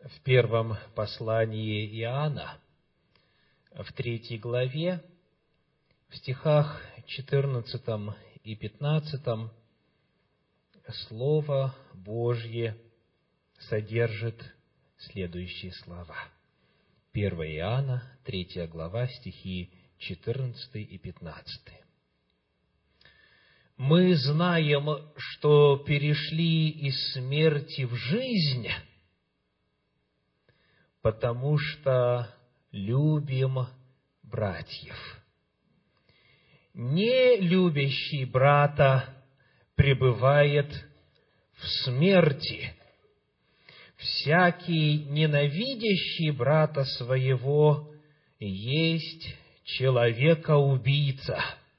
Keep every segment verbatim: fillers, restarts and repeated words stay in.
в первом послании Иоанна, в третьей главе, в стихах четырнадцатом и пятнадцатом, Слово Божье содержит следующие слова. первое Иоанна, третья глава, стихи четырнадцатый и пятнадцатый. «Мы знаем, что перешли из смерти в жизнь, потому что любим братьев. Не любящий брата пребывает в смерти. Всякий ненавидящий брата своего есть человека-убийца.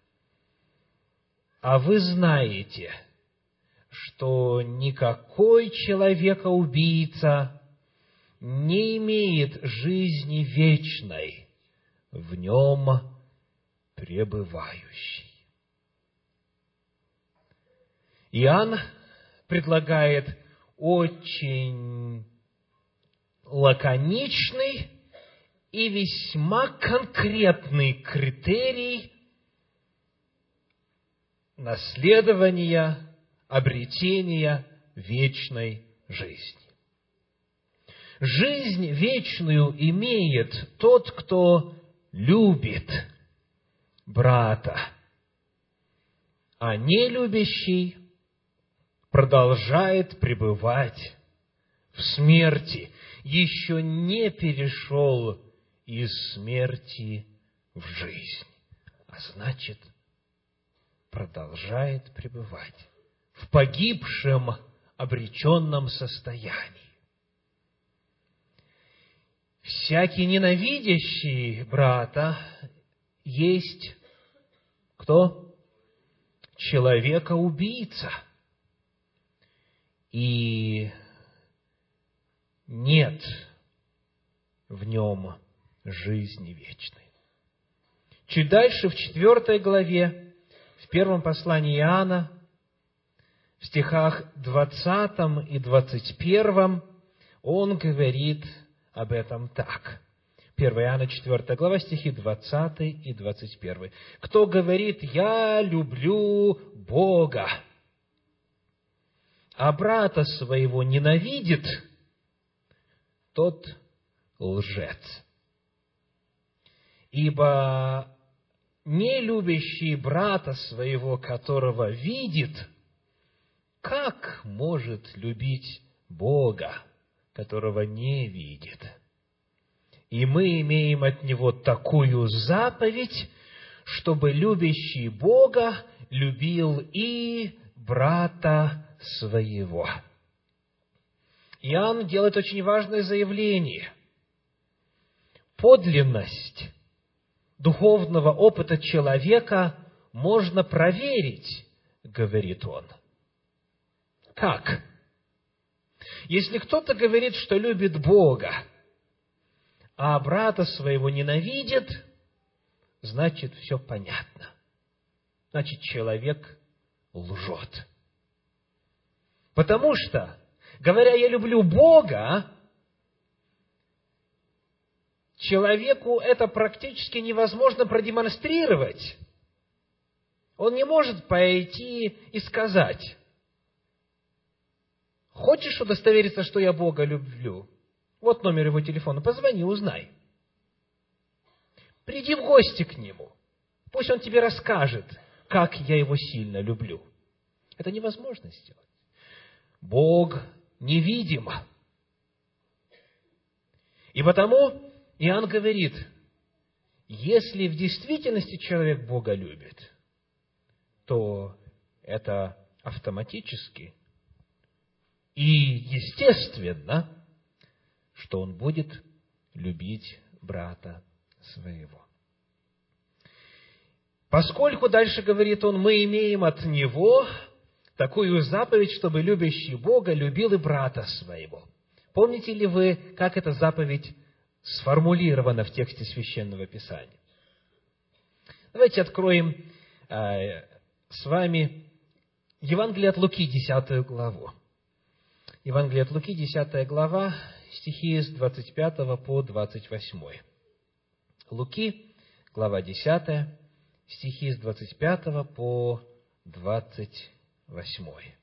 А вы знаете, что никакой человека-убийца не имеет жизни вечной, в нем пребывающий». Иоанн предлагает очень лаконичный и весьма конкретный критерий наследования, обретения вечной жизни. Жизнь вечную имеет тот, кто любит брата, а нелюбящий продолжает пребывать в смерти, еще не перешел из смерти в жизнь, а значит, продолжает пребывать в погибшем, обреченном состоянии. Всякий ненавидящий брата есть кто? Человека-убийца. И нет в нем жизни вечной. Чуть дальше, в четвертой главе, в первом послании Иоанна, в стихах двадцатом и двадцать первом, он говорит об этом так. первое Иоанна, четвёртая глава, стихи двадцатый и двадцать первый. «Кто говорит: я люблю Бога, а брата своего ненавидит, тот лжец. Ибо не любящий брата своего, которого видит, как может любить Бога, которого не видит? И мы имеем от Него такую заповедь, чтобы любящий Бога любил и брата своего». Иоанн делает очень важное заявление. Подлинность духовного опыта человека можно проверить, говорит он. Как? Если кто-то говорит, что любит Бога, а брата своего ненавидит, значит, все понятно. Значит, человек лжет. Потому что, говоря «я люблю Бога», человеку это практически невозможно продемонстрировать. Он не может пойти и сказать: «Хочешь удостовериться, что я Бога люблю? Вот номер его телефона, позвони, узнай. Приди в гости к нему, пусть он тебе расскажет, как я его сильно люблю». Это невозможно сделать. Бог невидим. И потому Иоанн говорит, если в действительности человек Бога любит, то это автоматически и естественно, что он будет любить брата своего. Поскольку, дальше говорит он, мы имеем от Него такую заповедь, чтобы любящий Бога любил и брата своего. Помните ли вы, как эта заповедь сформулирована в тексте Священного Писания? Давайте откроем э, с вами Евангелие от Луки, десятую главу. Евангелие от Луки, десятая глава, стихи с двадцать пятого по двадцать восьмой. Луки, глава десятая, стихи с двадцать пятого по двадцать восьмой.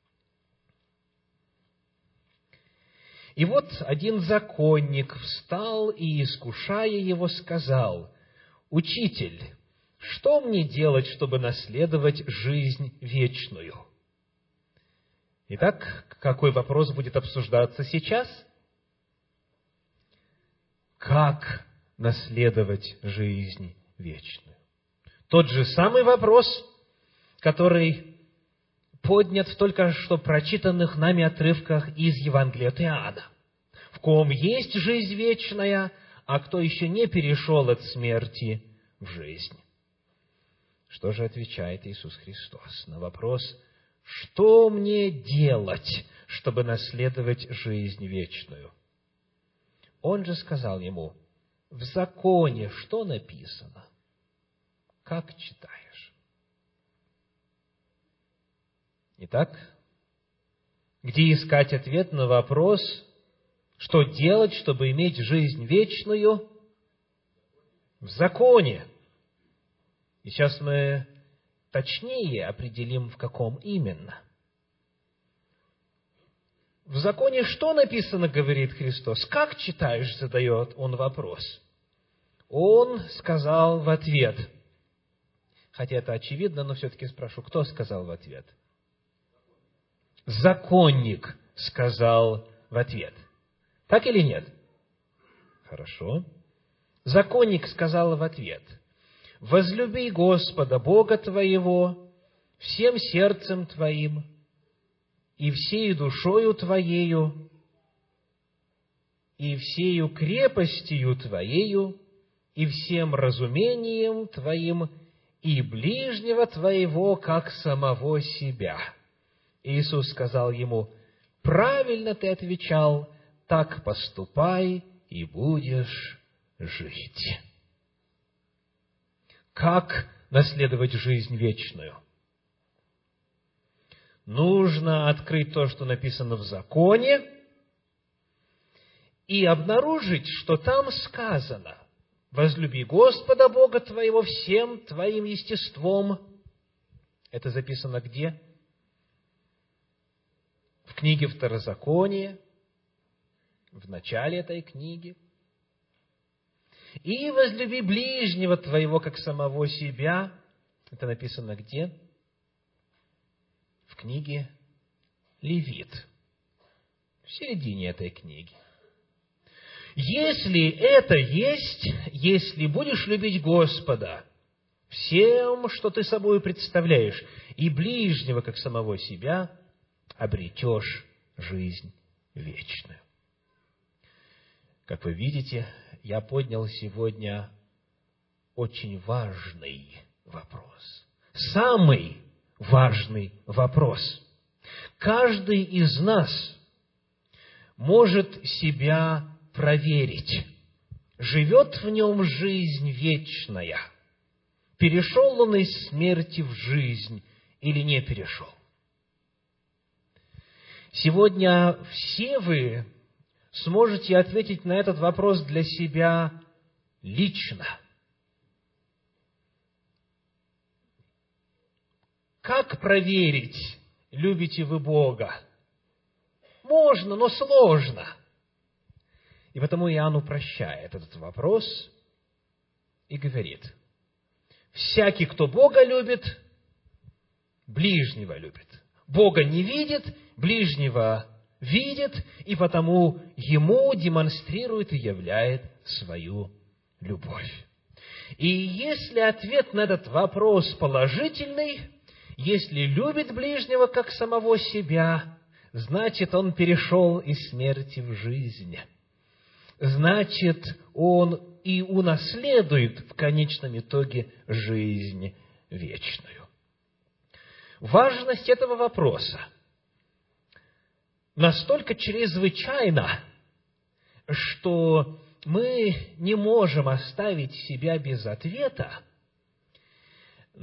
«И вот один законник встал и, искушая его, сказал: Учитель, что мне делать, чтобы наследовать жизнь вечную?» Итак, какой вопрос будет обсуждаться сейчас? Как наследовать жизнь вечную? Тот же самый вопрос, который поднят в только что прочитанных нами отрывках из Евангелия от Иоанна. В ком есть жизнь вечная, а кто еще не перешел от смерти в жизнь? Что же отвечает Иисус Христос на вопрос: что мне делать, чтобы наследовать жизнь вечную? Он же сказал ему: в законе что написано? Как читаешь? Итак, где искать ответ на вопрос, что делать, чтобы иметь жизнь вечную? В законе. И сейчас мы точнее определим, в каком именно. В законе что написано, говорит Христос? Как читаешь, задает он вопрос. Он сказал в ответ, хотя это очевидно, но все-таки спрошу, кто сказал в ответ? Законник сказал в ответ. Так или нет? Хорошо. Законник сказал в ответ: возлюби Господа Бога твоего всем сердцем твоим и всею душою твоею и всею крепостью твоею и всем разумением твоим и ближнего твоего, как самого себя. Иисус сказал ему: правильно ты отвечал, так поступай, и будешь жить. Как наследовать жизнь вечную? Нужно открыть то, что написано в законе, и обнаружить, что там сказано: возлюби Господа Бога твоего всем твоим естеством. Это записано где? В книге Второзакония, в начале этой книги. И возлюби ближнего твоего, как самого себя. Это написано где? В книге Левит, в середине этой книги. Если это есть, если будешь любить Господа всем, что ты собой представляешь, и ближнего, как самого себя, обретешь жизнь вечную. Как вы видите, я поднял сегодня очень важный вопрос. Самый важный вопрос. Каждый из нас может себя проверить, живет в нем жизнь вечная, перешел он из смерти в жизнь или не перешел. Сегодня все вы сможете ответить на этот вопрос для себя лично. Как проверить, любите вы Бога? Можно, но сложно. И потому Иоанн упрощает этот вопрос и говорит: всякий, кто Бога любит, ближнего любит. Бога не видит, ближнего видит, и потому ему демонстрирует и являет свою любовь. И если ответ на этот вопрос положительный, если любит ближнего как самого себя, значит, он перешел из смерти в жизнь. Значит, он и унаследует в конечном итоге жизнь вечную. Важность этого вопроса настолько чрезвычайна, что мы не можем оставить себя без ответа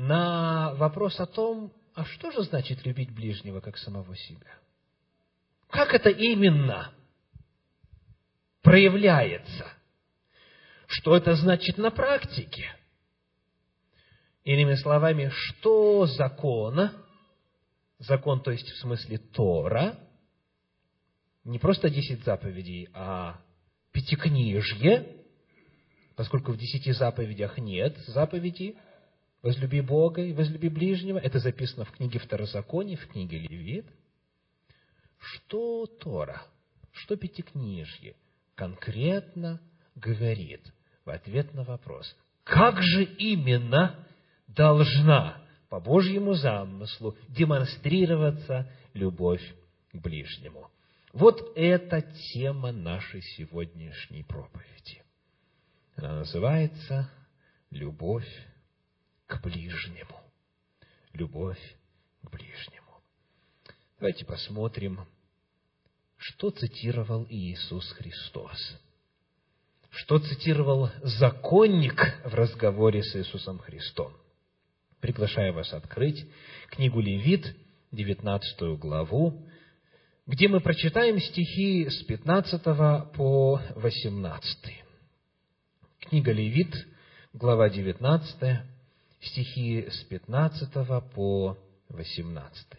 на вопрос о том, а что же значит любить ближнего как самого себя? как это именно проявляется? Что это значит на практике? Иными словами, что закон, закон, то есть в смысле Тора, не просто десять заповедей, а пятикнижье, поскольку в десяти заповедях нет заповеди «возлюби Бога и возлюби ближнего», это записано в книге Второзакония, в книге Левит. Что Тора, что пятикнижье конкретно говорит в ответ на вопрос, как же именно должна по Божьему замыслу демонстрироваться любовь к ближнему? Вот это тема нашей сегодняшней проповеди. Она называется «Любовь к ближнему». Любовь к ближнему. Давайте посмотрим, что цитировал Иисус Христос. Что цитировал законник в разговоре с Иисусом Христом. Приглашаю вас открыть книгу Левит, девятнадцатую главу, где мы прочитаем стихи с пятнадцатого по восемнадцатый. Книга Левит, глава девятнадцатая, стихи с пятнадцатого по восемнадцатый.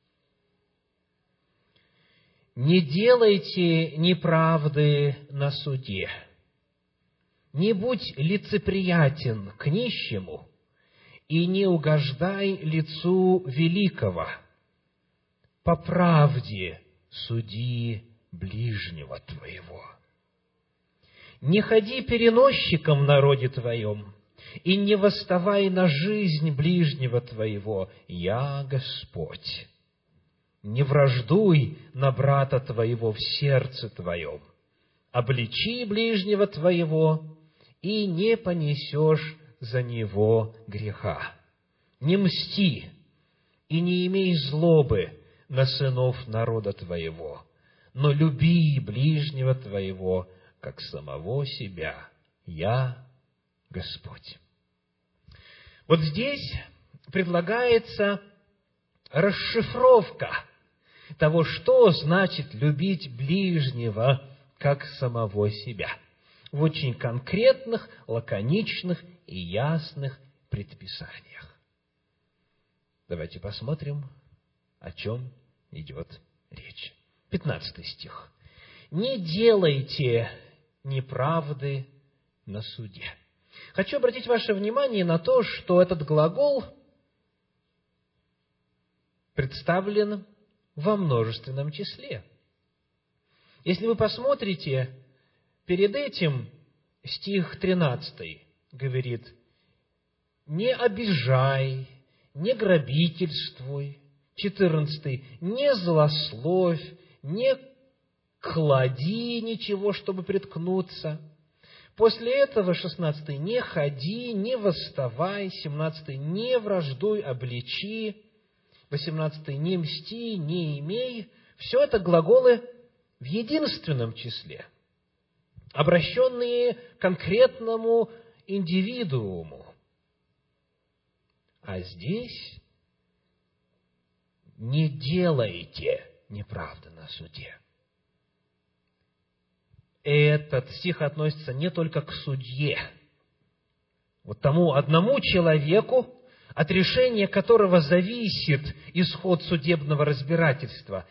«Не делайте неправды на суде, не будь лицеприятен к нищему, и не угождай лицу великого. По правде суди ближнего твоего. Не ходи переносчиком в народе твоем, и не восставай на жизнь ближнего твоего. Я Господь. Не враждуй на брата твоего в сердце твоем. Обличи ближнего твоего, и не понесешь за него греха. Не мсти, и не имей злобы на сынов народа твоего, но люби ближнего твоего, как самого себя. Я Господь». Вот здесь предлагается расшифровка того, что значит любить ближнего, как самого себя, в очень конкретных, лаконичных и ясных предписаниях. Давайте посмотрим, о чем идет речь. Пятнадцатый стих. «Не делайте неправды на суде». Хочу обратить ваше внимание на то, что этот глагол представлен во множественном числе. Если вы посмотрите, перед этим стих тринадцатый говорит: «Не обижай, не грабительствуй». четырнадцатый. «Не злословь, не клади ничего, чтобы приткнуться». После этого шестнадцатый. «Не ходи, не восставай». семнадцатый. «Не враждуй, обличи». восемнадцатый. «Не мсти, не имей». Все это глаголы в единственном числе, обращенные к конкретному индивидууму. А здесь «не делайте неправды на суде». Этот стих относится не только к судье, вот тому одному человеку, от решения которого зависит исход судебного разбирательства.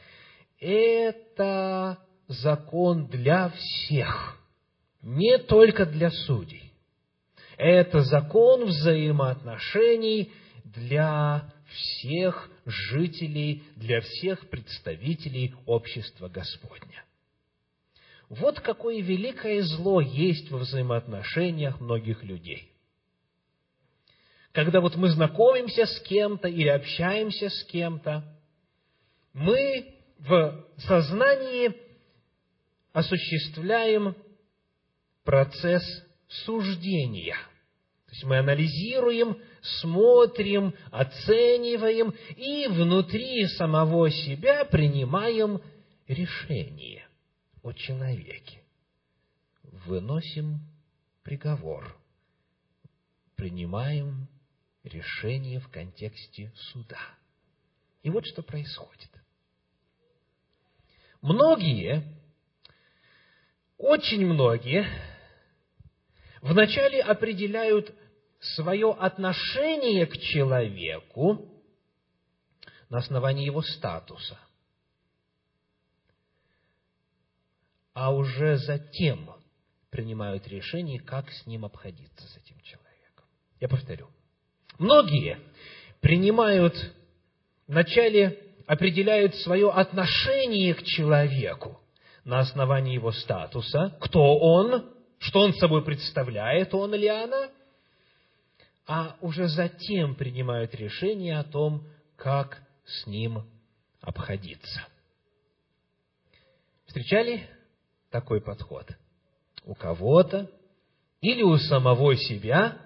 Это закон для всех, не только для судей. Это закон взаимоотношений для всех жителей, для всех представителей общества Господня. Вот какое великое зло есть во взаимоотношениях многих людей. Когда вот мы знакомимся с кем-то или общаемся с кем-то, мы в сознании осуществляем процесс суждения. То есть мы анализируем, смотрим, оцениваем и внутри самого себя принимаем решение о человеке. Выносим приговор, принимаем решение в контексте суда. И вот что происходит. Многие, очень многие, вначале определяют свое отношение к человеку на основании его статуса, а уже затем принимают решение, как с ним обходиться, с этим человеком. Я повторю. Многие принимают, вначале определяют свое отношение к человеку на основании его статуса, кто он, что он собой представляет, он или она, а уже затем принимают решение о том, как с ним обходиться. Встречали такой подход? У кого-то или у самого себя.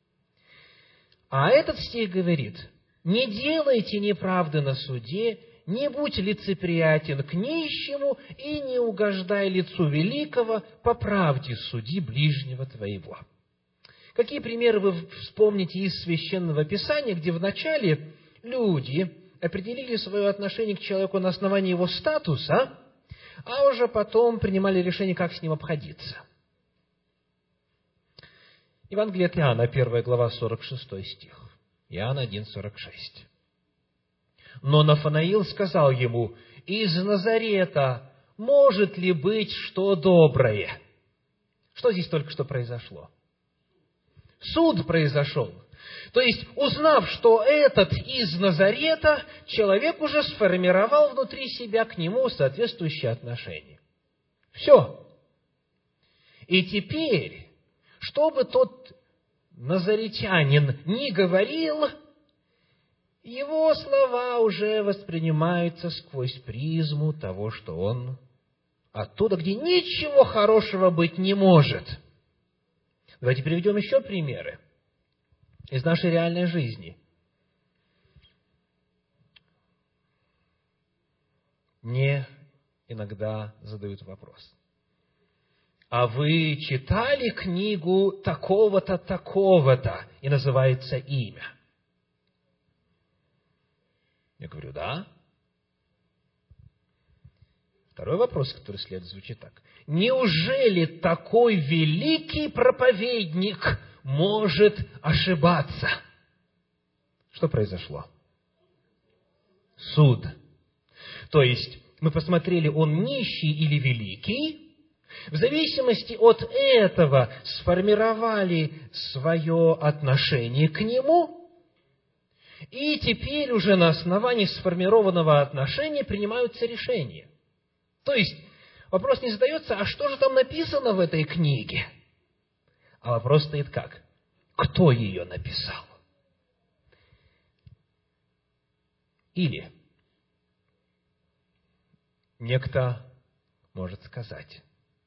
А этот стих говорит: не делайте неправды на суде, не будь лицеприятен к нищему и не угождай лицу великого, по правде суди ближнего твоего. Какие примеры вы вспомните из Священного Писания, где вначале люди определили свое отношение к человеку на основании его статуса, а уже потом принимали решение, как с ним обходиться? Евангелие от Иоанна, первая глава, сорок шестой стих. Иоанн один, сорок шесть. Но Нафанаил сказал ему: из Назарета может ли быть что доброе? Что здесь только что произошло? Суд произошел. То есть, узнав, что этот из Назарета, человек уже сформировал внутри себя к нему соответствующее отношение. Все. И теперь, что бы тот назаретянин ни говорил, его слова уже воспринимаются сквозь призму того, что он оттуда, где ничего хорошего быть не может. Давайте приведем еще примеры из нашей реальной жизни. Мне иногда задают вопрос: а вы читали книгу такого-то, такого-то, и называется имя? Я говорю: да. Второй вопрос, который следует, звучит так: неужели такой великий проповедник может ошибаться? Что произошло? Суд. То есть, мы посмотрели, он нищий или великий. В зависимости от этого сформировали свое отношение к нему, и теперь уже на основании сформированного отношения принимаются решения. То есть, вопрос не задается: а что же там написано в этой книге? А вопрос стоит как? Кто ее написал? Или некто может сказать: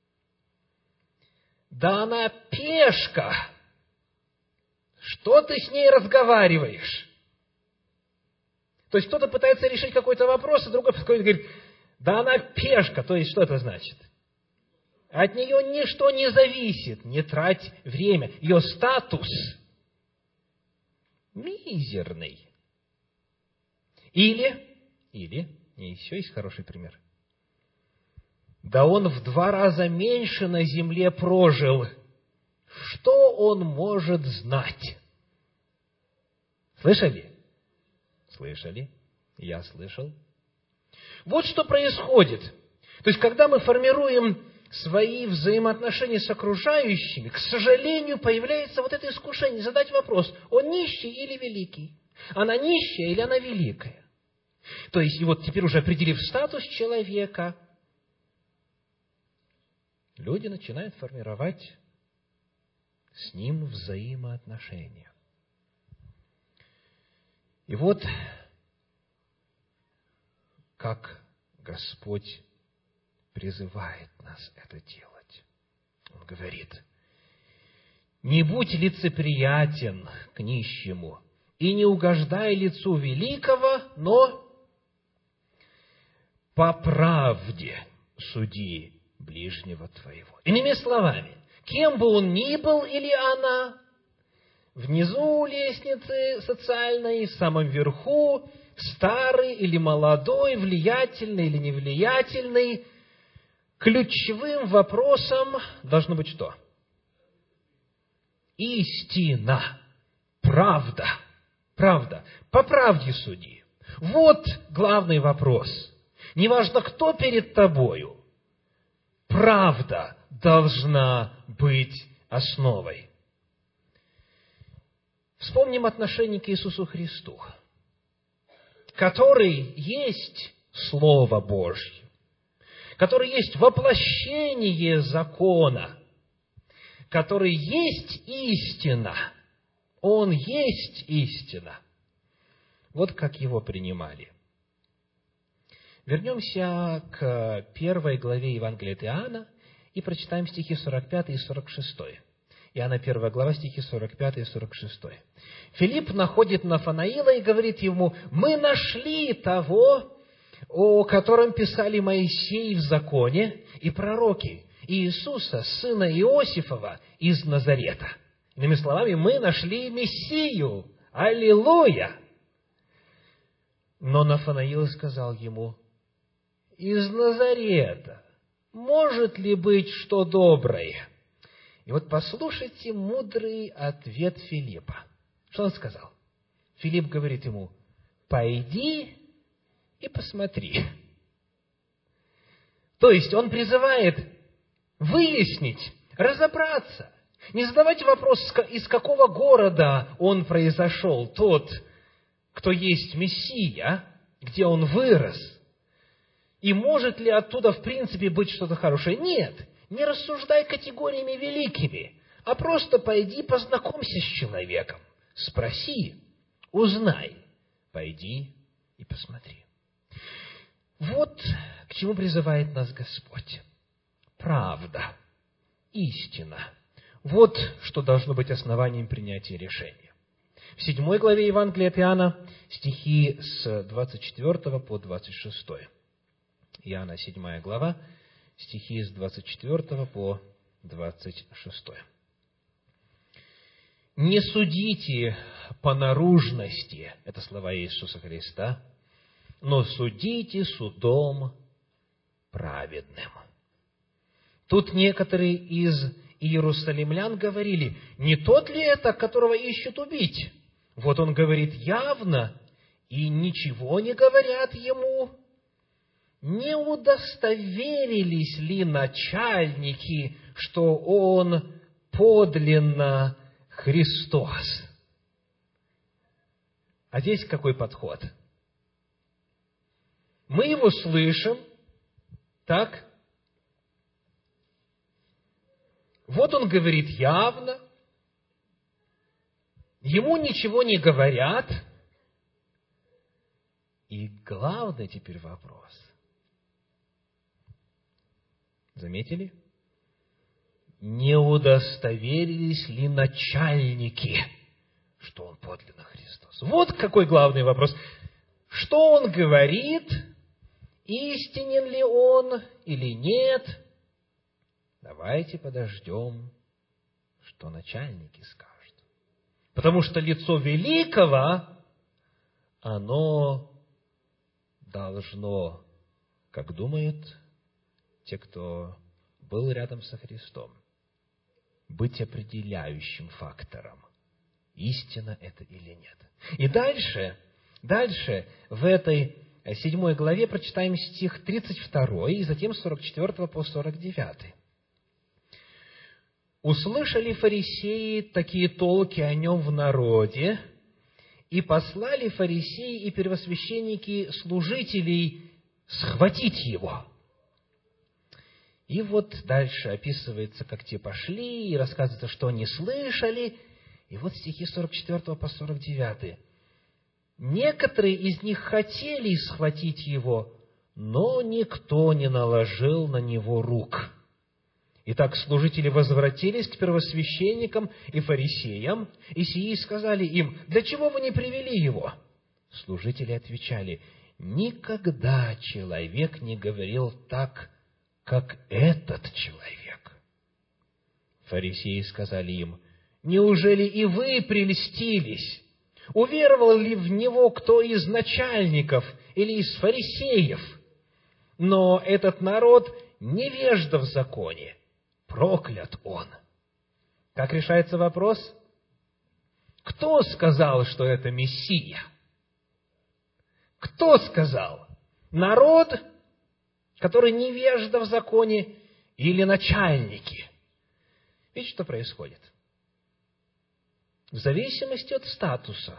да она пешка, что ты с ней разговариваешь? То есть, кто-то пытается решить какой-то вопрос, а другой подходит и говорит: да она пешка. То есть, что это значит? От нее ничто не зависит, не трать время. Ее статус мизерный. Или, или, и еще есть хороший пример: да он в два раза меньше на земле прожил. Что он может знать? Слышали? Слышали? Я слышал. Вот что происходит. То есть, когда мы формируем свои взаимоотношения с окружающими, к сожалению, появляется вот это искушение задать вопрос: он нищий или великий? Она нищая или она великая? То есть, и вот теперь уже определив статус человека, люди начинают формировать с ним взаимоотношения. И вот как Господь призывает нас это делать. Он говорит: не будь лицеприятен к нищему и не угождай лицу великого, но по правде суди ближнего твоего. Иными словами, кем бы он ни был или она, внизу лестницы социальной, в самом верху, старый или молодой, влиятельный или невлиятельный, ключевым вопросом должно быть что? Истина, правда, правда, по правде суди. Вот главный вопрос. Неважно, кто перед тобою, правда должна быть основой. Вспомним отношение к Иисусу Христу, который есть Слово Божье, который есть воплощение закона, который есть истина. Он есть истина. Вот как его принимали. Вернемся к первой главе Евангелия от Иоанна и прочитаем стихи сорок пятый и сорок шестой. Иоанна первая глава, стихи сорок пятый и сорок шестой. Филипп находит Нафанаила и говорит ему: «Мы нашли того, о котором писали Моисей в законе и пророки, Иисуса, сына Иосифова из Назарета». Иными словами, мы нашли Мессию. Аллилуйя! Но Нафанаил сказал ему: «Из Назарета может ли быть что доброе?» И вот послушайте мудрый ответ Филиппа. Что он сказал? Филипп говорит ему: «Пойди и посмотри». То есть он призывает выяснить, разобраться, не задавать вопрос, из какого города он произошел, тот, кто есть Мессия, где он вырос, и может ли оттуда в принципе быть что-то хорошее. Нет, не рассуждай категориями великими, а просто пойди познакомься с человеком, спроси, узнай, пойди и посмотри. Вот к чему призывает нас Господь. Правда, истина. Вот что должно быть основанием принятия решения. В седьмой главе Евангелия от Иоанна стихи с двадцать четвёртого по двадцать шестой. Иоанна седьмая глава, стихи с двадцать четвёртого по двадцать шестой. «Не судите по наружности», это слова Иисуса Христа, «но судите судом праведным». Тут некоторые из иерусалимлян говорили: «Не тот ли это, которого ищут убить?» Вот он говорит явно, и ничего не говорят ему. Не удостоверились ли начальники, что он подлинно Христос? А здесь какой подход? Мы его слышим, так? Вот он говорит явно, ему ничего не говорят. И главный теперь вопрос. Заметили? Не удостоверились ли начальники, что он подлинно Христос? Вот какой главный вопрос. Что он говорит? Истинен ли он или нет? Давайте подождем, что начальники скажут. Потому что лицо великого, оно должно, как думают те, кто был рядом со Христом, быть определяющим фактором, истина это или нет. И дальше, дальше в этой седьмой главе прочитаем стих тридцать второй и затем с сорок четвёртого по сорок девятый. «Услышали фарисеи такие толки о нем в народе, и послали фарисеи и первосвященники служителей схватить его». И вот дальше описывается, как те пошли, и рассказывается, что они слышали. И вот стихи сорок четвёртого по сорок девятый. «Некоторые из них хотели схватить его, но никто не наложил на него рук. Итак, служители возвратились к первосвященникам и фарисеям, и сии сказали им: для чего вы не привели его? Служители отвечали: никогда человек не говорил так, как этот человек. Фарисеи сказали им: неужели и вы прельстились? Уверовал ли в Него кто из начальников или из фарисеев? Но этот народ невежда в законе. Проклят он. Как решается вопрос? Кто сказал, что это Мессия? Кто сказал? Народ, который невежда в законе, или начальники? Видите, что происходит? В зависимости от статуса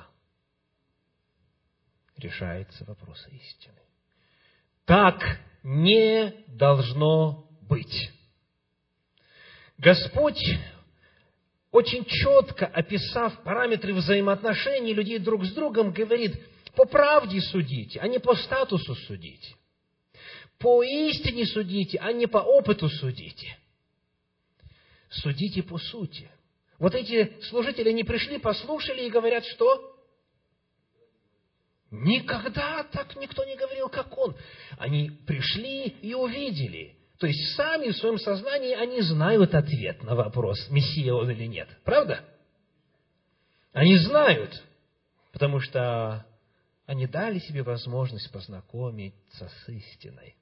решается вопрос истины. Так не должно быть. Господь, очень четко описав параметры взаимоотношений людей друг с другом, говорит: по правде судите, а не по статусу судите. По истине судите, а не по опыту судите. Судите по сути. Вот эти служители не пришли, послушали и говорят, что? Никогда так никто не говорил, как он. Они пришли и увидели. То есть сами в своем сознании они знают ответ на вопрос, Мессия он или нет. Правда? Они знают, потому что они дали себе возможность познакомиться с истиной.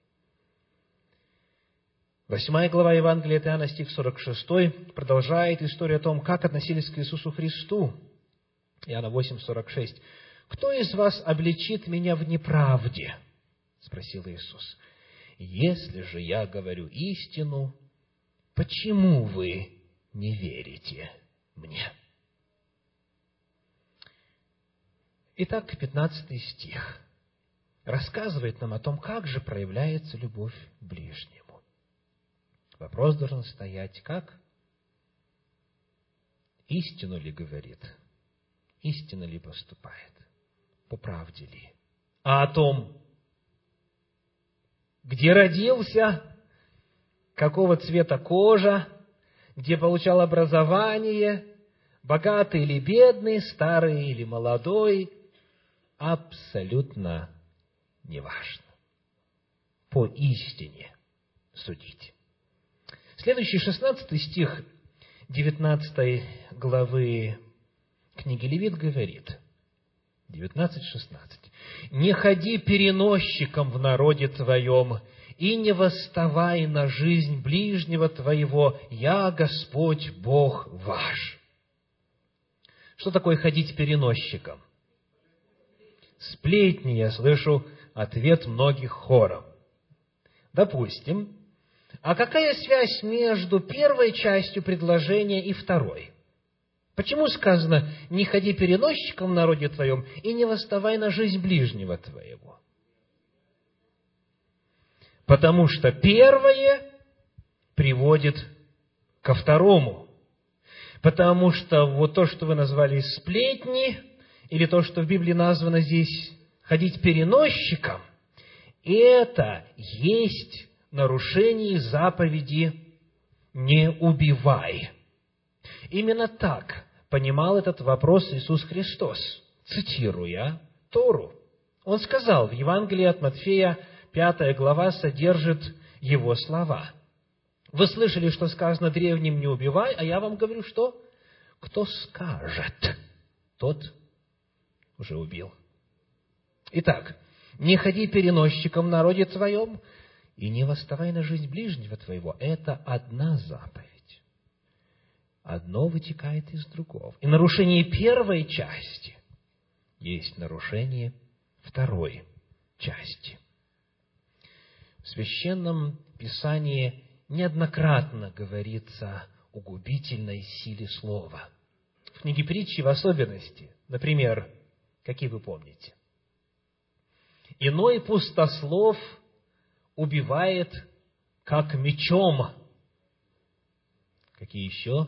Восьмая глава Евангелия от Иоанна, стих сорок шесть, продолжает историю о том, как относились к Иисусу Христу. Иоанна восемь, сорок шесть. «Кто из вас обличит меня в неправде?» — спросил Иисус. «Если же я говорю истину, почему вы не верите мне?» Итак, пятнадцатый стих рассказывает нам о том, как же проявляется любовь к ближнему. Вопрос должен стоять как? Истину ли говорит? Истинно ли поступает? По правде ли? А о том, где родился, какого цвета кожа, где получал образование, богатый или бедный, старый или молодой, абсолютно неважно. По истине судить. Следующий, шестнадцатый стих девятнадцатой главы книги Левит говорит, девятнадцать шестнадцать. «Не ходи переносчиком в народе твоем, и не восставай на жизнь ближнего твоего, я Господь Бог ваш». Что такое ходить переносчиком? Сплетни, я слышу ответ многих хором. Допустим, а какая связь между первой частью предложения и второй? Почему сказано «не ходи переносчиком в народе твоем и не восставай на жизнь ближнего твоего»? Потому что первое приводит ко второму. Потому что вот то, что вы назвали сплетни, или то, что в Библии названо здесь ходить переносчиком, это есть нарушение заповеди «не убивай». Именно так понимал этот вопрос Иисус Христос, цитируя Тору. Он сказал, в Евангелии от Матфея, пятая глава, содержит его слова. Вы слышали, что сказано древним «не убивай», а я вам говорю, что? Кто скажет, тот уже убил. Итак, не ходи переносчиком в народе твоем и не восставай на жизнь ближнего твоего. Это одна заповедь. Одно вытекает из другого. И нарушение первой части есть нарушение второй части. В Священном Писании неоднократно говорится о губительной силе слова. В книге Притчи в особенности, например, какие вы помните? «Иной пустослов убивает, как мечом». Какие еще?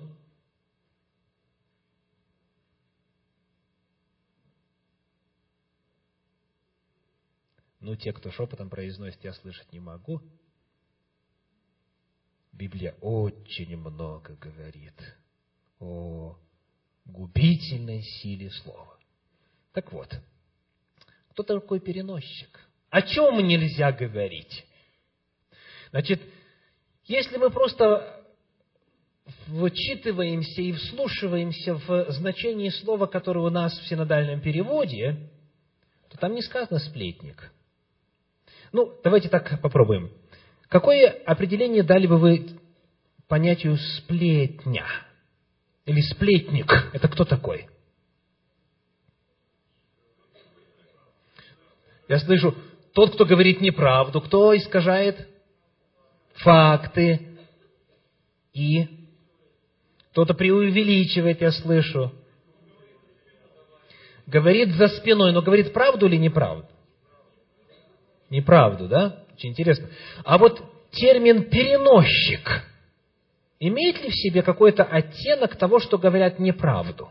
Ну, те, кто шепотом произносит, я слышать не могу. Библия очень много говорит о губительной силе слова. Так вот, кто такой переносчик? О чем нельзя говорить? Значит, если мы просто вчитываемся и вслушиваемся в значение слова, которое у нас в синодальном переводе, то там не сказано «сплетник». Ну, давайте так попробуем. Какое определение дали бы вы понятию «сплетня»? Или «сплетник»? Это кто такой? Я слышу, тот, кто говорит неправду, кто искажает факты и кто-то преувеличивает, я слышу. Говорит за спиной, но говорит правду или неправду? Неправду, да? Очень интересно. А вот термин «переносчик» имеет ли в себе какой-то оттенок того, что говорят неправду?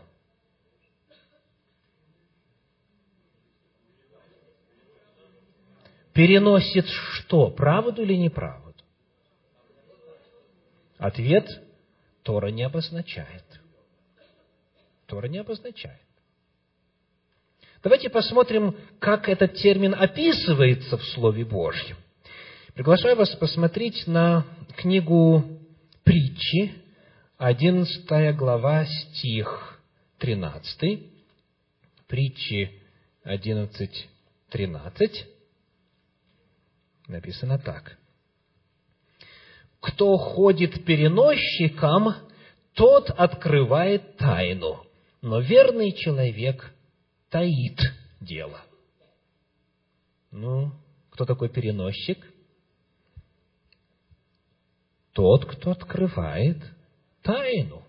Переносит что? Правду или неправду? Ответ – Тора не обозначает. Тора не обозначает. Давайте посмотрим, как этот термин описывается в Слове Божьем. Приглашаю вас посмотреть на книгу Притчи, одиннадцатая глава, стих тринадцатый. Притчи одиннадцать, тринадцать. Написано так. «Кто ходит переносчиком, тот открывает тайну, но верный человек таит дело». Ну, кто такой переносчик? Тот, кто открывает тайну.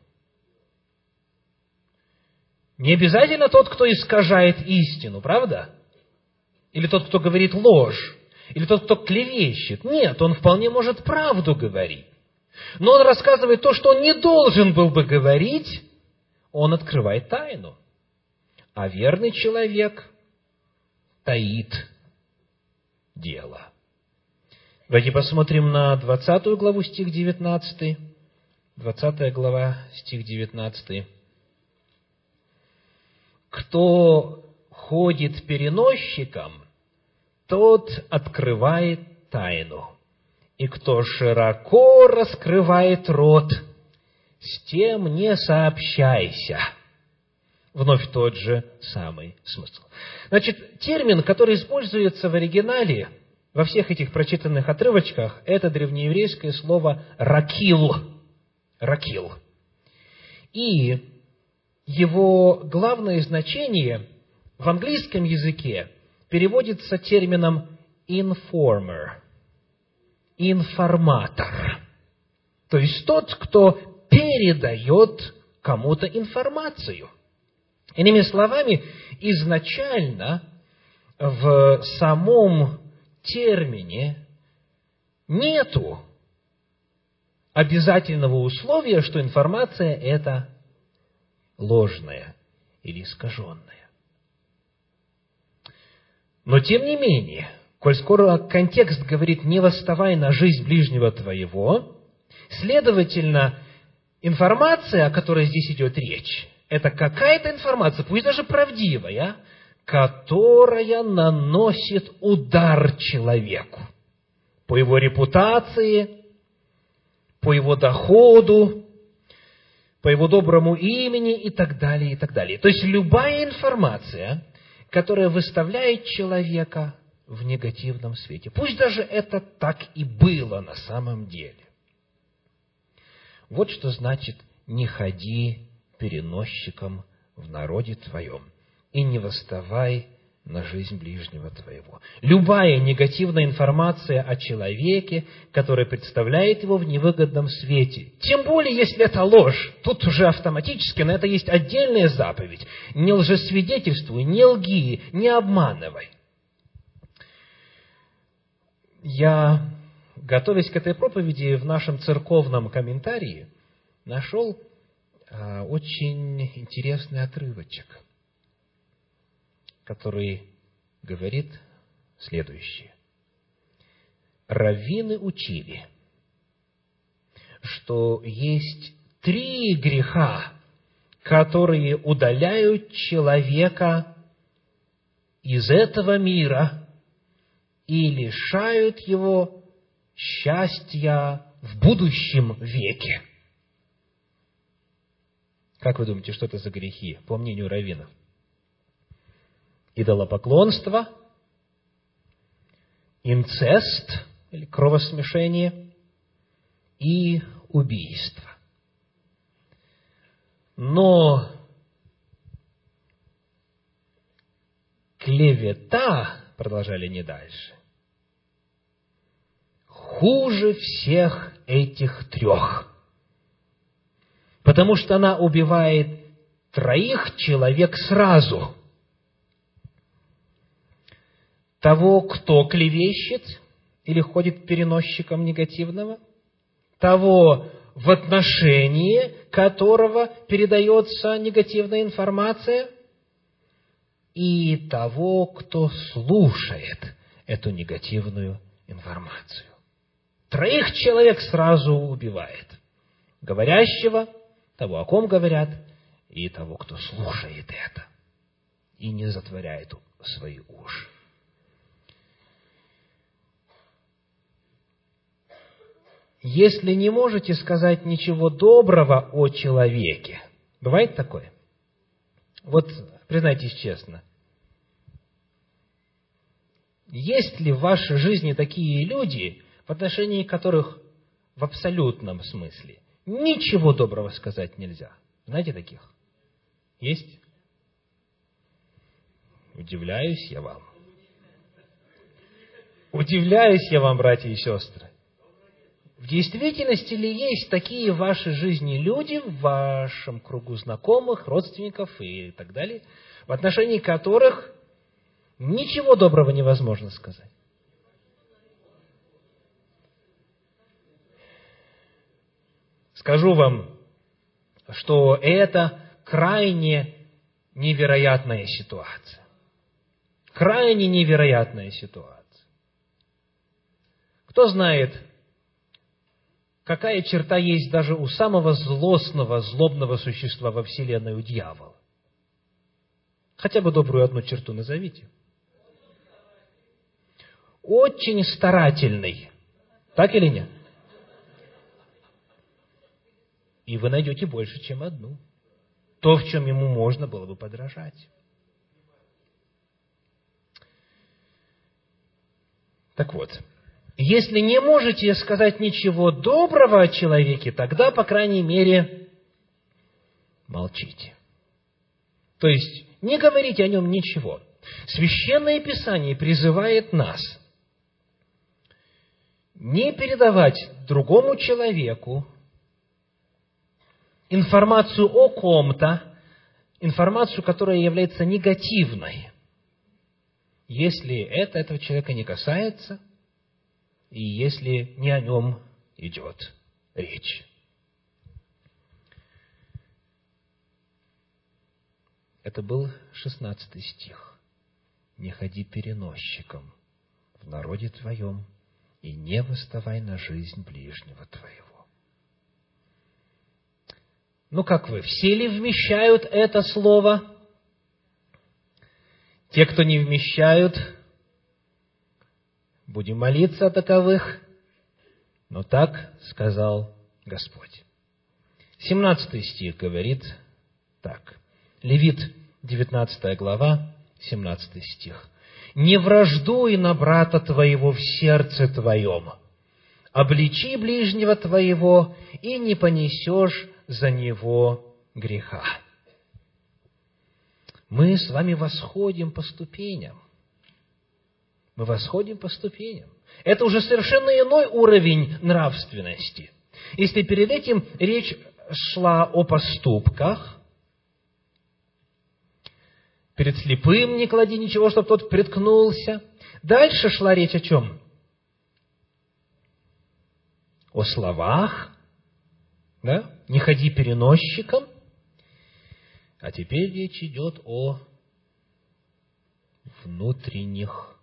Не обязательно тот, кто искажает истину, правда? Или тот, кто говорит ложь. Или тот, кто клевещет. Нет, он вполне может правду говорить. Но он рассказывает то, что он не должен был бы говорить, он открывает тайну. А верный человек таит дело. Давайте посмотрим на двадцатую главу, стих девятнадцатый. двадцатая глава, стих девятнадцатый. «Кто ходит переносчиком, тот открывает тайну, и кто широко раскрывает рот, с тем не сообщайся». Вновь тот же самый смысл. Значит, термин, который используется в оригинале, во всех этих прочитанных отрывочках, это древнееврейское слово «ракил». «Ракил». И его главное значение в английском языке переводится термином «informer», «информатор». То есть тот, кто передает кому-то информацию. Иными словами, изначально в самом термине нету обязательного условия, что информация эта ложная или искаженная. Но, тем не менее, коль скоро контекст говорит «не восставай на жизнь ближнего твоего», следовательно, информация, о которой здесь идет речь, это какая-то информация, пусть даже правдивая, которая наносит удар человеку по его репутации, по его доходу, по его доброму имени и так далее, и так далее. То есть любая информация, которая выставляет человека в негативном свете. Пусть даже это так и было на самом деле. Вот что значит «не ходи переносчиком в народе твоем, и не восставай на жизнь ближнего твоего». Любая негативная информация о человеке, которая представляет его в невыгодном свете, тем более, если это ложь, тут уже автоматически на это есть отдельная заповедь. Не лжесвидетельствуй, не лги, не обманывай. Я, готовясь к этой проповеди, в нашем церковном комментарии нашел а, очень интересный отрывочек, который говорит следующее. Раввины учили, что есть три греха, которые удаляют человека из этого мира и лишают его счастья в будущем веке. Как вы думаете, что это за грехи, по мнению раввинов? Идолопоклонство, инцест или кровосмешение и убийство. Но клевета, продолжали они дальше, хуже всех этих трех, потому что она убивает троих человек сразу. Того, кто клевещет или ходит переносчиком негативного, того, в отношении которого передается негативная информация, и того, кто слушает эту негативную информацию. Троих человек сразу убивает. Говорящего, того, о ком говорят, и того, кто слушает это и не затворяет свои уши. Если не можете сказать ничего доброго о человеке, бывает такое? Вот признайтесь честно, есть ли в вашей жизни такие люди, в отношении которых в абсолютном смысле ничего доброго сказать нельзя? Знаете таких? Есть? Удивляюсь я вам. Удивляюсь я вам, братья и сестры. В действительности ли есть такие в вашей жизни люди, в вашем кругу знакомых, родственников и так далее, в отношении которых ничего доброго невозможно сказать? Скажу вам, что это крайне невероятная ситуация. Крайне невероятная ситуация. Кто знает, какая черта есть даже у самого злостного, злобного существа во вселенной, у дьявола? Хотя бы добрую одну черту назовите. Очень старательный. Так или нет? И вы найдете больше, чем одну. То, в чем ему можно было бы подражать. Так вот, если не можете сказать ничего доброго о человеке, тогда, по крайней мере, молчите. То есть, не говорите о нем ничего. Священное Писание призывает нас не передавать другому человеку информацию о ком-то, информацию, которая является негативной, если это этого человека не касается, и если не о нем идет речь. Это был шестнадцатый стих. «Не ходи переносчиком в народе твоем, и не восставай на жизнь ближнего твоего». Ну, как вы, все ли вмещают это слово? Те, кто не вмещают, будем молиться о таковых. Но так сказал Господь. семнадцатый стих говорит так. Левит, девятнадцатая глава, семнадцатый стих. «Не враждуй на брата твоего в сердце твоем, обличи ближнего твоего, и не понесешь за него греха». Мы с вами восходим по ступеням. Мы восходим по ступеням. Это уже совершенно иной уровень нравственности. Если перед этим речь шла о поступках, перед слепым не клади ничего, чтобы тот приткнулся. Дальше шла речь о чем? О словах, да? Не ходи переносчиком. А теперь речь идет о внутренних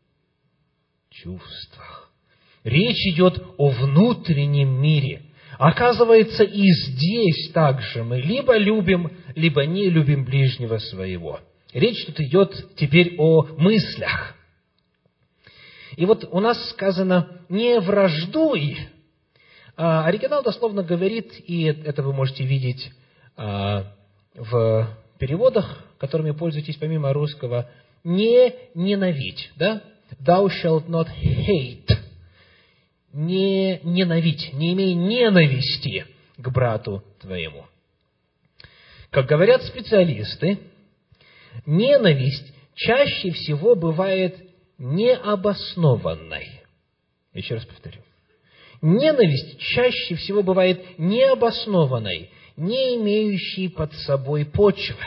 чувствах. Речь идет о внутреннем мире. Оказывается, и здесь также мы либо любим, либо не любим ближнего своего. Речь тут идет теперь о мыслях. И вот у нас сказано «не враждуй». А оригинал дословно говорит, и это вы можете видеть а, в переводах, которыми пользуетесь помимо русского, не ненавидь, да? Thou shalt not hate. Не ненавидь, не имей ненависти к брату твоему. Как говорят специалисты, ненависть чаще всего бывает необоснованной. Еще раз повторю. Ненависть чаще всего бывает необоснованной, не имеющей под собой почвы.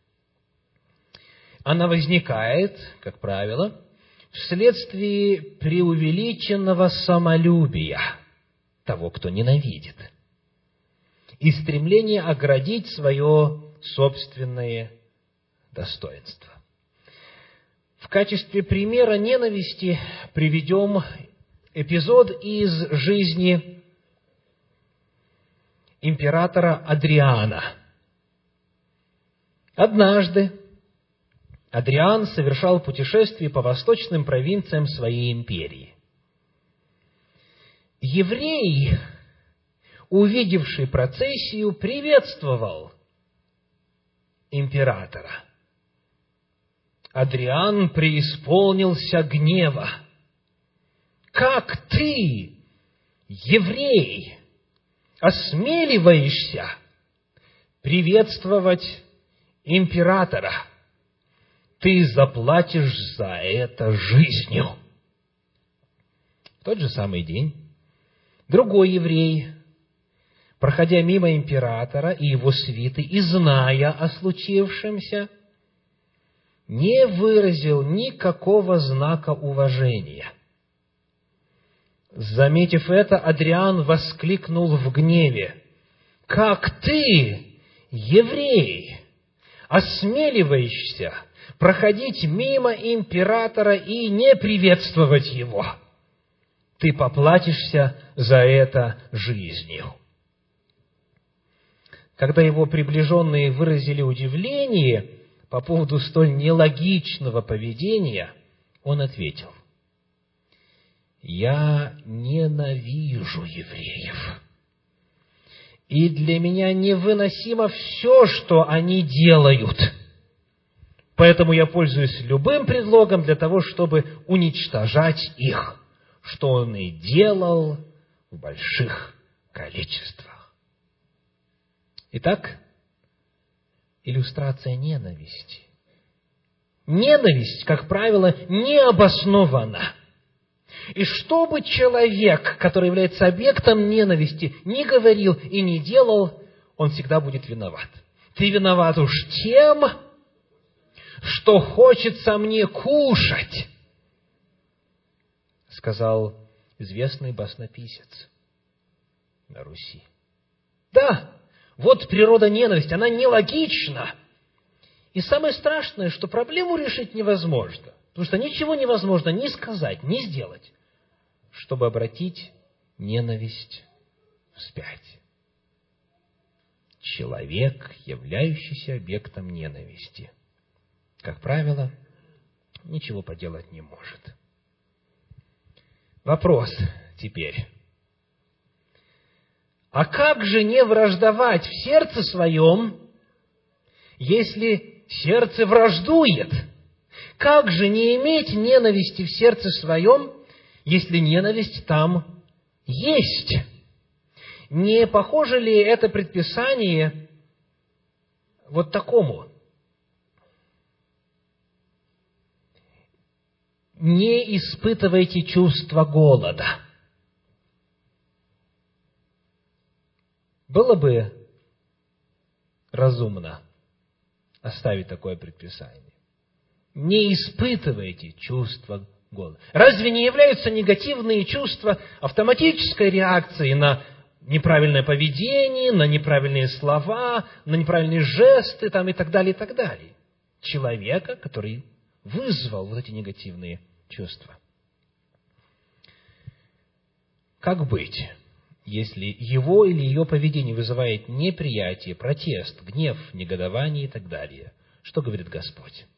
Она возникает, как правило, вследствие преувеличенного самолюбия того, кто ненавидит, и стремления оградить свое собственное достоинство. В качестве примера ненависти приведем эпизод из жизни императора Адриана. Однажды Адриан совершал путешествие по восточным провинциям своей империи. Еврей, увидевший процессию, приветствовал императора. Адриан преисполнился гнева. «Как ты, еврей, осмеливаешься приветствовать императора? Ты заплатишь за это жизнью». В тот же самый день другой еврей, проходя мимо императора и его свиты и зная о случившемся, не выразил никакого знака уважения. Заметив это, Адриан воскликнул в гневе: «Как ты, еврей, осмеливаешься проходить мимо императора и не приветствовать его? Ты поплатишься за это жизнью». Когда его приближенные выразили удивление по поводу столь нелогичного поведения, он ответил: «Я ненавижу евреев, и для меня невыносимо все, что они делают. Поэтому я пользуюсь любым предлогом для того, чтобы уничтожать их, что он и делал в больших количествах». Итак, иллюстрация ненависти. Ненависть, как правило, необоснована. И что бы человек, который является объектом ненависти, ни говорил и не делал, он всегда будет виноват. Ты виноват уж тем, что хочется мне кушать, сказал известный баснописец на Руси. Да, вот природа ненависти, она нелогична. И самое страшное, что проблему решить невозможно, потому что ничего невозможно ни сказать, ни сделать, чтобы обратить ненависть вспять. Человек, являющийся объектом ненависти, как правило, ничего поделать не может. Вопрос теперь. А как же не враждовать в сердце своем, если сердце враждует? Как же не иметь ненависти в сердце своем, если ненависть там есть? Не похоже ли это предписание вот такому? Не испытывайте чувство голода. Было бы разумно оставить такое предписание. Не испытывайте чувство голода. Разве не являются негативные чувства автоматической реакцией на неправильное поведение, на неправильные слова, на неправильные жесты там, и так далее, и так далее? Человека, который вызвал вот эти негативные чувства. Как быть, если его или ее поведение вызывает неприятие, протест, гнев, негодование и так далее? Что говорит Господь?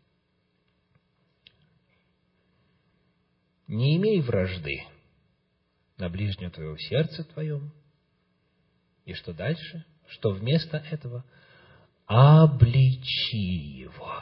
Не имей вражды на ближнего твоего в сердце твоем. И что дальше? Что вместо этого? обличи его.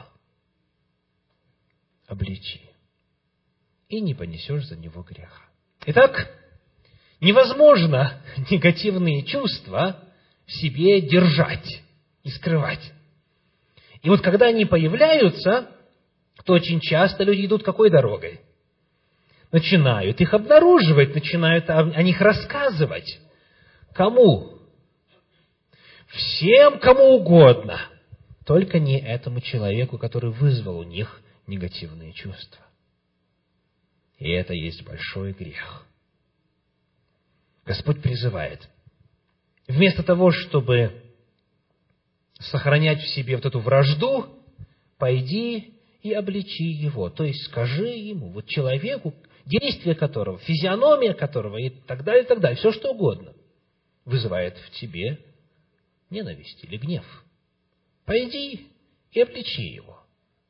Обличи. И не понесешь за него греха. Итак, невозможно негативные чувства в себе держать и скрывать. И вот когда они появляются, то очень часто люди идут какой дорогой? Начинают их обнаруживать, начинают о них рассказывать. Кому? Всем, кому угодно. Только не этому человеку, который вызвал у них негативные чувства. И это есть большой грех. Господь призывает, вместо того, чтобы сохранять в себе вот эту вражду, пойди и обличи его. То есть скажи ему, вот человеку, действие которого, физиономия которого и так далее, и так далее, все что угодно, вызывает в тебе ненависть или гнев. Пойди и обличи его.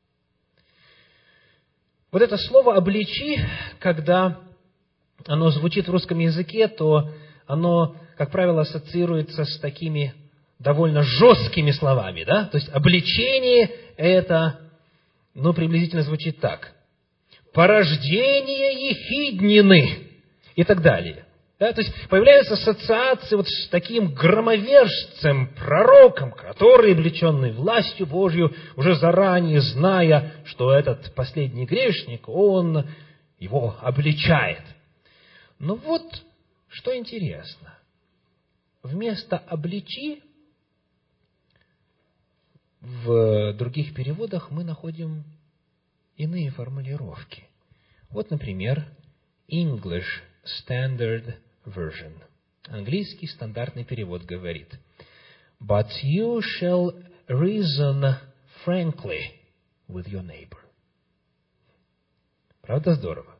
Вот это слово «обличи», когда оно звучит в русском языке, то оно, как правило, ассоциируется с такими довольно жесткими словами, да? То есть обличение – это, ну, приблизительно звучит так: порождение ехиднины и так далее. Да? То есть появляются ассоциации вот с таким громовержцем, пророком, который, облеченный властью Божью, уже заранее зная, что этот последний грешник, он его обличает. Но вот что интересно. Вместо «обличи» в других переводах мы находим иные формулировки. Вот, например, English Standard Version. Английский стандартный перевод говорит: But you shall reason frankly with your neighbor. Правда здорово?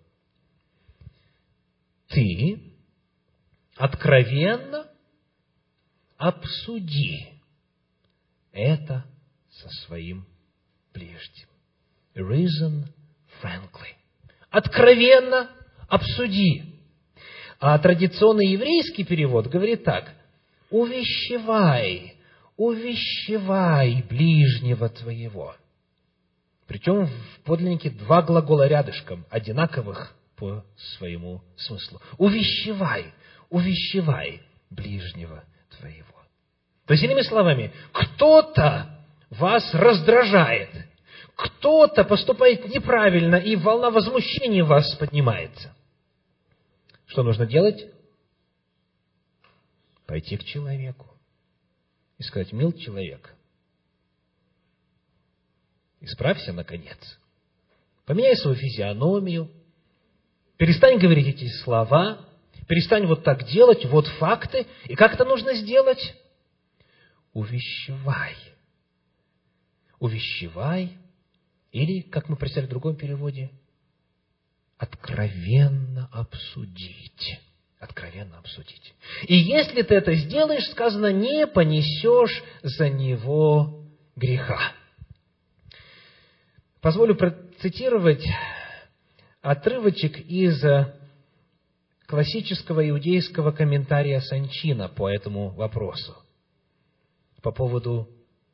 Ты откровенно обсуди это со своим ближним. Reason frankly. Откровенно обсуди. А традиционный еврейский перевод говорит так: увещевай, увещевай ближнего твоего. Причем в подлиннике два глагола рядышком, одинаковых по своему смыслу. Увещевай, увещевай ближнего твоего. То есть, иными словами, кто-то вас раздражает, кто-то поступает неправильно, и волна возмущения в вас поднимается. Что нужно делать? Пойти к человеку и сказать: мил человек, исправься, наконец. Поменяй свою физиономию, перестань говорить эти слова, перестань вот так делать, вот факты. И как это нужно сделать? Увещевай. Увещевай, или, как мы прочитали в другом переводе, откровенно обсудить. Откровенно обсудить. И если ты это сделаешь, сказано, не понесешь за него греха. Позволю процитировать отрывочек из классического иудейского комментария Санчина по этому вопросу. По поводу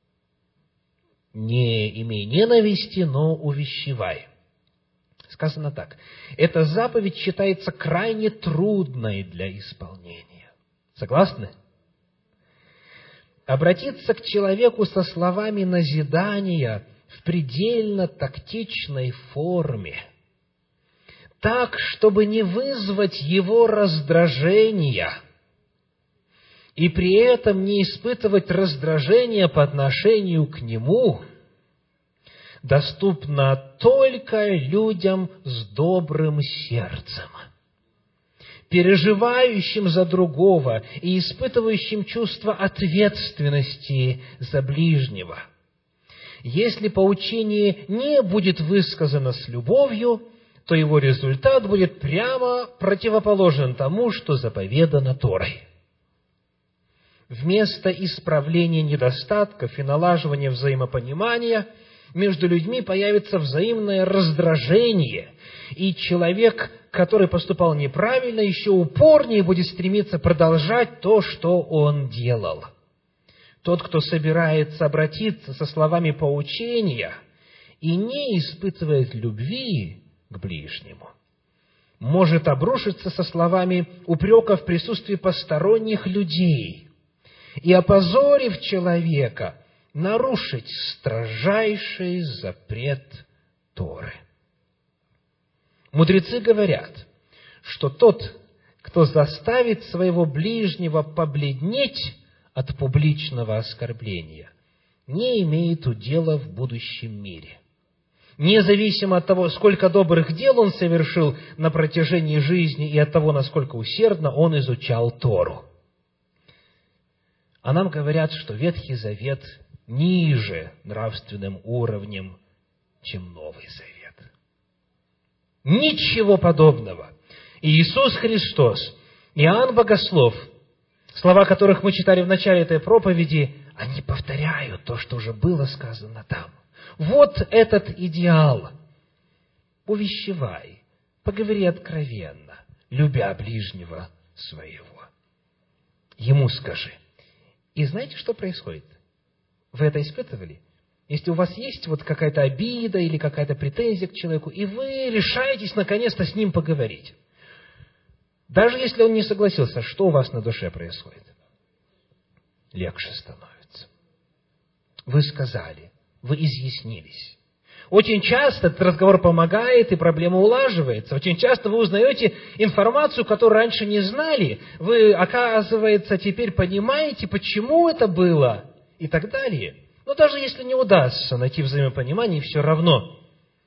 «не имей ненависти, но увещевай». Сказано так: «Эта заповедь считается крайне трудной для исполнения». Согласны? Обратиться к человеку со словами назидания в предельно тактичной форме, так, чтобы не вызвать его раздражения, и при этом не испытывать раздражения по отношению к нему, доступно только людям с добрым сердцем, переживающим за другого и испытывающим чувство ответственности за ближнего. Если поучение не будет высказано с любовью, то его результат будет прямо противоположен тому, что заповедано Торой. Вместо исправления недостатков и налаживания взаимопонимания между людьми появится взаимное раздражение, и человек, который поступал неправильно, еще упорнее будет стремиться продолжать то, что он делал. Тот, кто собирается обратиться со словами поучения и не испытывает любви к ближнему, может обрушиться со словами упрека в присутствии посторонних людей и, опозорив человека, нарушить строжайший запрет Торы. Мудрецы говорят, что тот, кто заставит своего ближнего побледнеть от публичного оскорбления, не имеет удела в будущем мире. Независимо от того, сколько добрых дел он совершил на протяжении жизни и от того, насколько усердно он изучал Тору. А нам говорят, что Ветхий Завет ниже нравственным уровнем, чем Новый Завет. Ничего подобного. И Иисус Христос, Иоанн Богослов, слова которых мы читали в начале этой проповеди, они повторяют то, что уже было сказано там. Вот этот идеал. Увещевай, поговори откровенно, любя ближнего своего. Ему скажи. И знаете, что происходит? Вы это испытывали? Если у вас есть вот какая-то обида или какая-то претензия к человеку, и вы решаетесь наконец-то с ним поговорить, даже если он не согласился, что у вас на душе происходит? Легче становится. Вы сказали, вы изъяснились. Очень часто этот разговор помогает, и проблема улаживается. Очень часто вы узнаете информацию, которую раньше не знали. Вы, оказывается, теперь понимаете, почему это было, и так далее. Но даже если не удастся найти взаимопонимание, все равно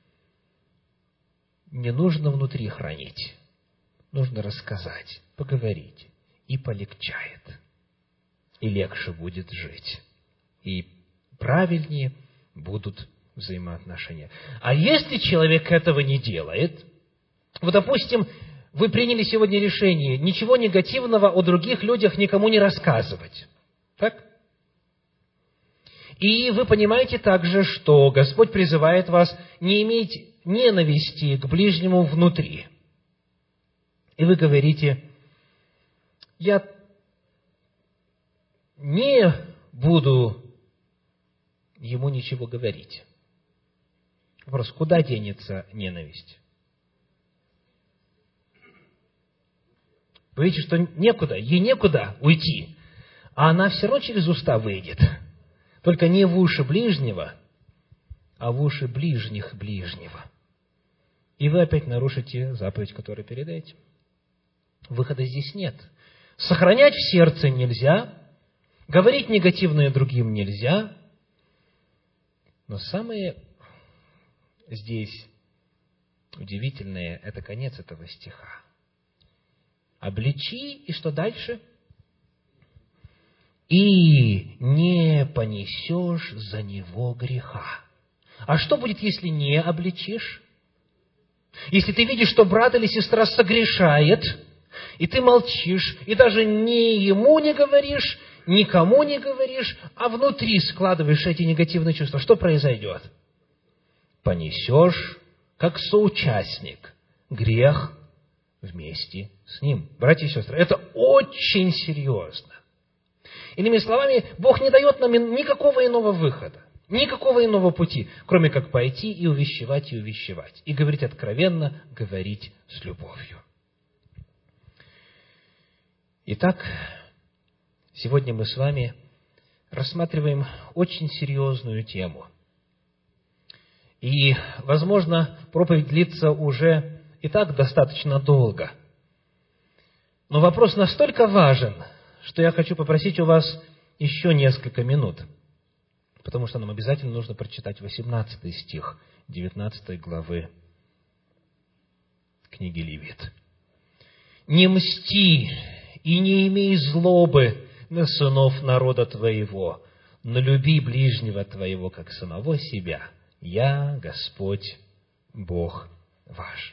не нужно внутри хранить. Нужно рассказать, поговорить, и полегчает. И легче будет жить. И правильнее будут взаимоотношения. А если человек этого не делает, вот, допустим, вы приняли сегодня решение ничего негативного о других людях никому не рассказывать. Так? И вы понимаете также, что Господь призывает вас не иметь ненависти к ближнему внутри. И вы говорите, я не буду ему ничего говорить. Вопрос, куда денется ненависть? Вы видите, что некуда, ей некуда уйти, а она все равно через уста выйдет. Только не в уши ближнего, а в уши ближних ближнего. И вы опять нарушите заповедь, которую перед этим. Выхода здесь нет. Сохранять в сердце нельзя, говорить негативное другим нельзя, но самое здесь удивительное – это конец этого стиха. Обличи, и что дальше? И не понесешь за него греха. А что будет, если не обличишь? Если ты видишь, что брат или сестра согрешает, и ты молчишь, и даже ни ему не говоришь, никому не говоришь, а внутри складываешь эти негативные чувства, что произойдет? Понесешь, как соучастник, грех вместе с ним. Братья и сестры, это очень серьезно. Иными словами, Бог не дает нам никакого иного выхода, никакого иного пути, кроме как пойти и увещевать, и увещевать, и говорить откровенно, говорить с любовью. Итак, сегодня мы с вами рассматриваем очень серьезную тему. И, возможно, проповедь длится уже и так достаточно долго. Но вопрос настолько важен, что я хочу попросить у вас еще несколько минут, потому что нам обязательно нужно прочитать восемнадцатый стих девятнадцатой главы книги Левит. «Не мсти и не имей злобы на сынов народа твоего, но люби ближнего твоего, как самого себя. Я Господь, Бог ваш».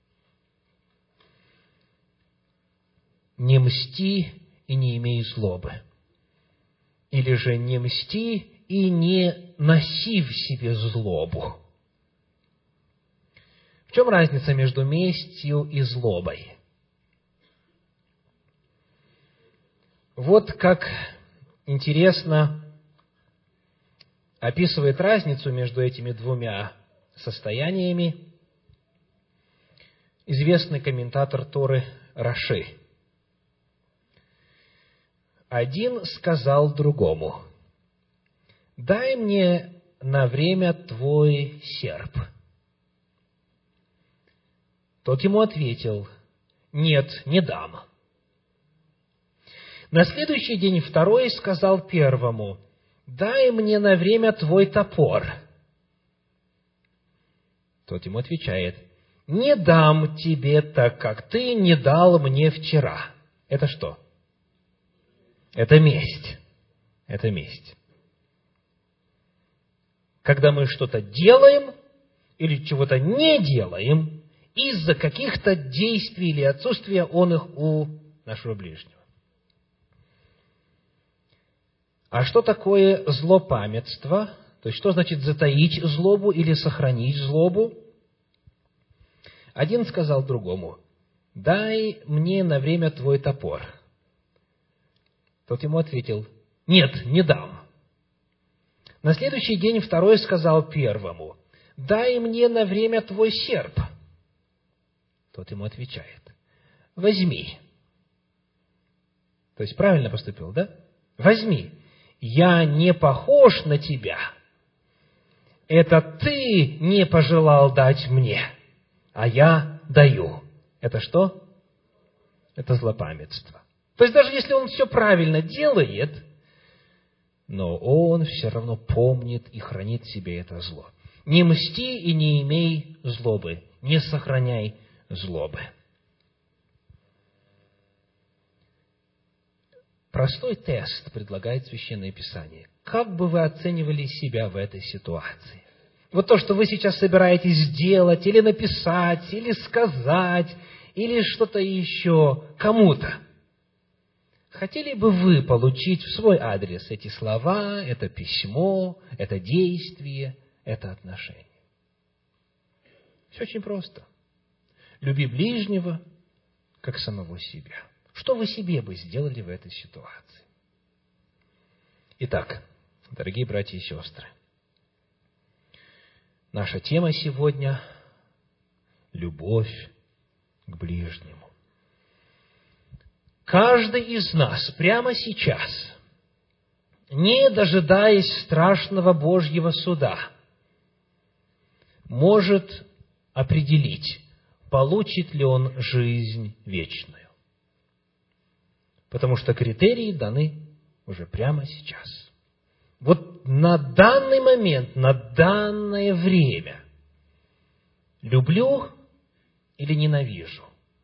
Не мсти и не имей злобы. Или же не мсти и не носи в себе злобу. В чем разница между местью и злобой? Вот как интересно описывает разницу между этими двумя состояниями известный комментатор Торы Раши. Один сказал другому: «Дай мне на время твой серп». Тот ему ответил: «Нет, не дам». На следующий день второй сказал первому: «Дай мне на время твой топор». Тот ему отвечает: «Не дам тебе, так как ты не дал мне вчера». Это что? Это месть. Это месть. Когда мы что-то делаем или чего-то не делаем из-за каких-то действий или отсутствия он их у нашего ближнего. А что такое злопамятство? То есть, что значит затаить злобу или сохранить злобу? Один сказал другому: «Дай мне на время твой топор». Тот ему ответил: «Нет, не дам». На следующий день второй сказал первому: «Дай мне на время твой серп». Тот ему отвечает: «Возьми». То есть, правильно поступил, да? «Возьми. Я не похож на тебя. Это ты не пожелал дать мне, а я даю». Это что? Это злопамятство. То есть, даже если он все правильно делает, но он все равно помнит и хранит в себе это зло. Не мсти и не имей злобы, не сохраняй злобы. Простой тест предлагает Священное Писание. Как бы вы оценивали себя в этой ситуации? Вот то, что вы сейчас собираетесь сделать, или написать, или сказать, или что-то еще кому-то. Хотели бы вы получить в свой адрес эти слова, это письмо, это действие, это отношение? Все очень просто. Люби ближнего, как самого себя. Что вы себе бы сделали в этой ситуации? Итак, дорогие братья и сестры, наша тема сегодня – любовь к ближнему. Каждый из нас прямо сейчас, не дожидаясь страшного Божьего суда, может определить, получит ли он жизнь вечную. Потому что критерии даны уже прямо сейчас. Вот на данный момент, на данное время люблю или ненавижу?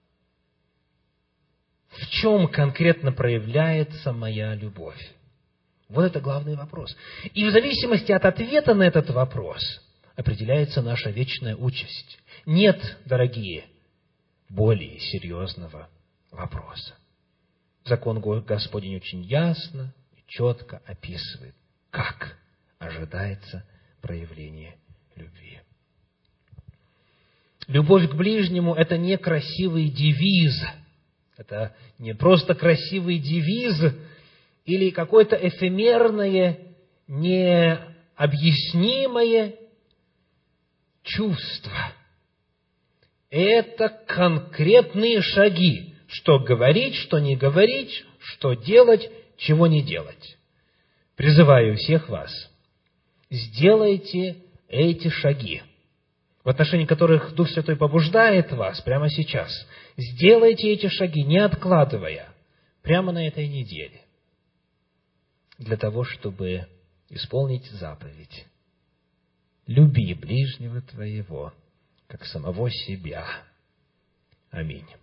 В чем конкретно проявляется моя любовь? Вот это главный вопрос. И в зависимости от ответа на этот вопрос определяется наша вечная участь. Нет, дорогие, более серьезного вопроса. Закон Господень очень ясно и четко описывает, как ожидается проявление любви. Любовь к ближнему – это не красивый девиз. Это не просто красивый девиз или какое-то эфемерное, необъяснимое чувство. Это конкретные шаги, что говорить, что не говорить, что делать, чего не делать. Призываю всех вас, сделайте эти шаги, в отношении которых Дух Святой побуждает вас прямо сейчас. Сделайте эти шаги, не откладывая, прямо на этой неделе, для того, чтобы исполнить заповедь. Люби ближнего твоего, как самого себя. Аминь.